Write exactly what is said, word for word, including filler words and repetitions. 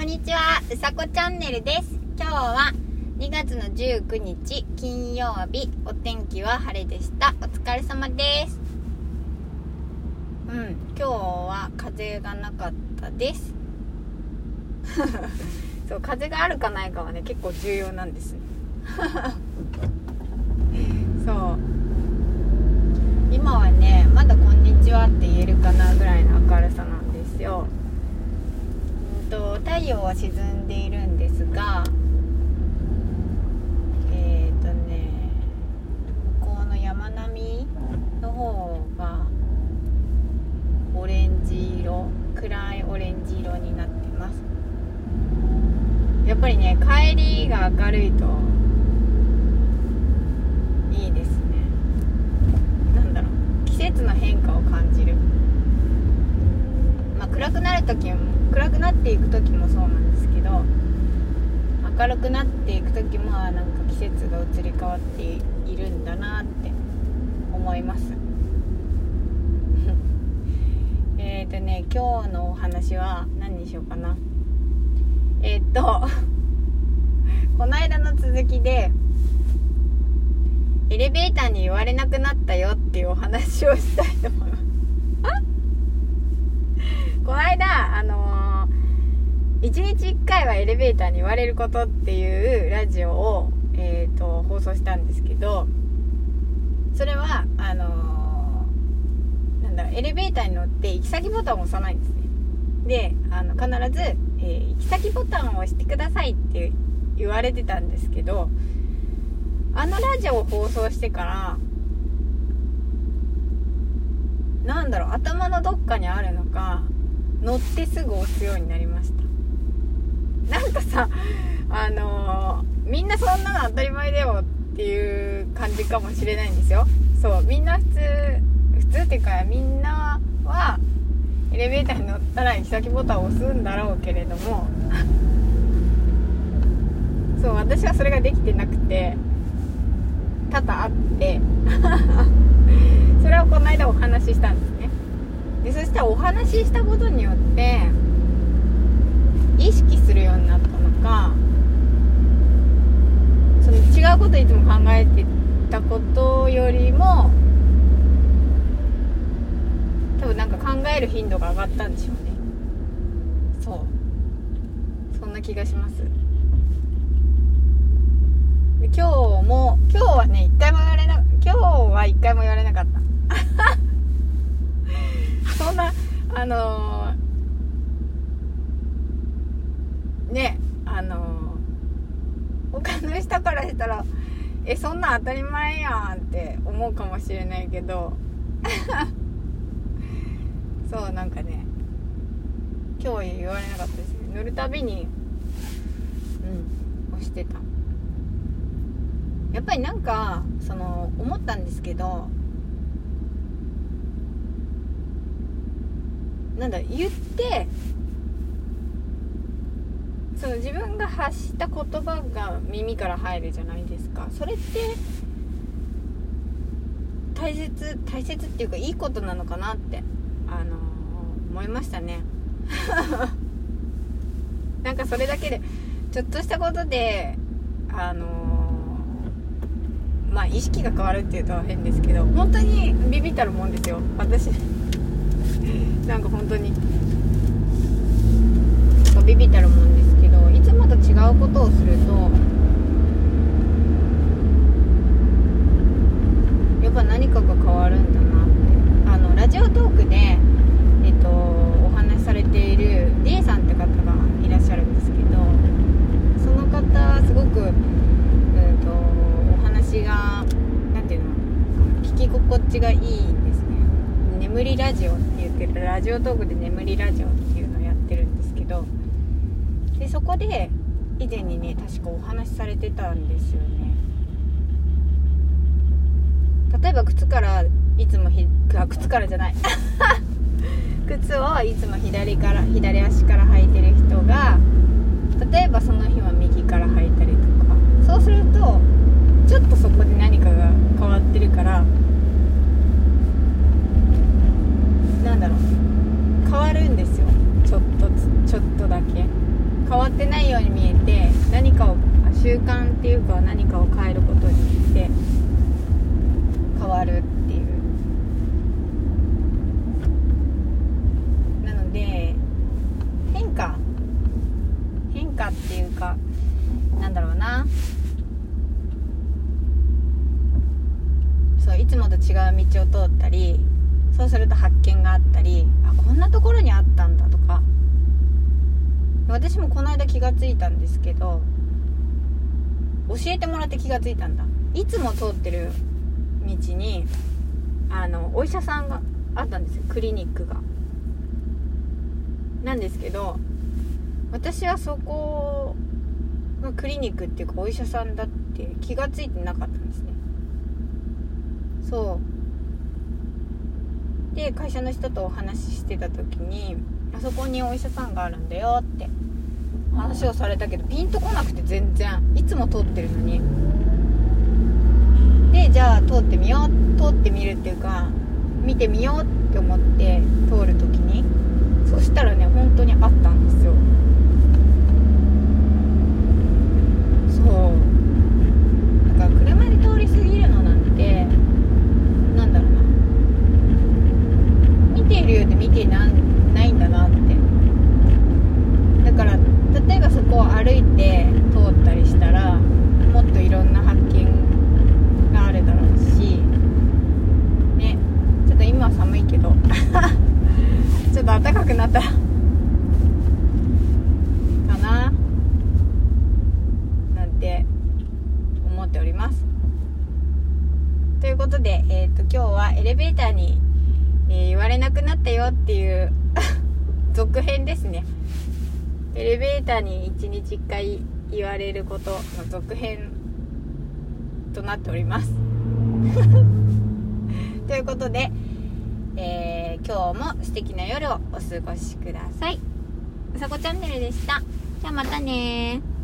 んにちは、うさこチャンネルです。今日はにがつのじゅうくにち金曜日、お天気は晴れでした。お疲れ様です。うん、今日は風がなかったですそう、風があるかないかはね、結構重要なんですそう今はね、まだこんにちはって言えるかなぐらいの明るさなんですよ。うんと太陽は沈んでいるんですが、えーとね向こうの山並みの方がオレンジ色、暗いオレンジ色になってます。やっぱりね、帰りが明るいといいですね。なんだろう、季節の変化を感じる。まあ暗くなる時も、暗くなっていく時もそうなんですけど、明るくなっていく時もなんか季節が移り変わっているんだなって思いますえーとね今日のお話は何にしようかな。えーっとこの間の続きでエレベーターに言われなくなったよっていうお話をしたいと思いますこの間あのー、いちにちいっかいはエレベーターに言われることっていうラジオを、えーと放送したんですけど、それはあのー、なんだろう、エレベーターに乗って行き先ボタンを押さないんですね。で、あの必ず、えー、行き先ボタンを押してくださいって言われてたんですけど、あのラジオを放送してからなんだろう、頭のどっかにあるのか乗ってすぐ押すようになりました。なんかさ、あのー、みんなそんなの当たり前だよっていう感じかもしれないんですよ。そう、みんな普通普通っていうか、みんなはエレベーターに乗ったら行き先ボタンを押すんだろうけれどもそう、私はそれができてなくて多々あってそれをこの間お話ししたんですね。で、そしたらお話ししたことによって意識するようになったのか、その違うこといつも考えてたことよりも多分なんか考える頻度が上がったんでしょうね。そう、そんな気がします。で、今日も今日はね一回も言われな今日は一回も言われなかったそんなあのー、ねあのー、他の人からしたらえそんな当たり前やんって思うかもしれないけどそう、なんかね今日は言われなかったですね。乗るたびにうん押してた。やっぱりなんかその思ったんですけど、なんだ言ってその自分が発した言葉が耳から入るじゃないですか。それって大切大切っていうかいいことなのかなってあのー、思いましたねなんかそれだけでちょっとしたことであのーまあ意識が変わるっていうと変ですけど、本当にビビったるもんですよ私なんか本当にビビったるもんですけど、いつもと違うことをするとやっぱ何かが変わるんだなって。あのラジオトークでえっとお話しされている D さんって方がいらっしゃるんですけど、その方すごくうんとがなんていうの、聞き心地がいいんですね。眠りラジオって言ってる、ラジオトークで眠りラジオっていうのをやってるんですけど、でそこで以前にね確かお話しされてたんですよね。例えば靴からいつもひあ靴からじゃない靴をいつも左から左足から履いてる人が、例えばその日は右から履いたりとか、そうするとちょっとそこで何かが変わってるから、なんだろう、変わるんですよ。ちょっとちょっとだけ変変わってないように見えて、何かを習慣っていうか何かを変えることによって変わるっていう。なので変化変化っていうかなんだろうな、そういつもと違う道を通ったり、そうすると発見があったり、あこんなところにあったんだとか。私もこの間気がついたんですけど、教えてもらって気がついたんだ。いつも通ってる道にあのお医者さんがあったんですよ、クリニックが。なんですけど、私はそこがクリニックっていうかお医者さんだって気がついてなかったんですね。そうで、会社の人とお話ししてた時に、あそこにお医者さんがあるんだよって話をされたけど、ピンとこなくて、全然いつも通ってるのに。でじゃあ通ってみよう、通ってみるっていうか見てみようって思って通る時に、そしたらね本当にあったんですよ。そうだから車で通り過ぎるのなんてなんだろうな、見ているようで見てな、ないんだなって。だから例えばそこを歩いて通ったりしたら、もっといろんな発見があるだろうしね。ちょっと今は寒いけどちょっと暖かくなったらかななんて思っております。ということで、えーと、今日はエレベーターに、えー、言われなくなったよっていう続編ですね。エレベーターにいちにちいっかい言われることの続編となっておりますということで、えー、今日も素敵な夜をお過ごしください。うさこチャンネルでした。じゃあまたねー。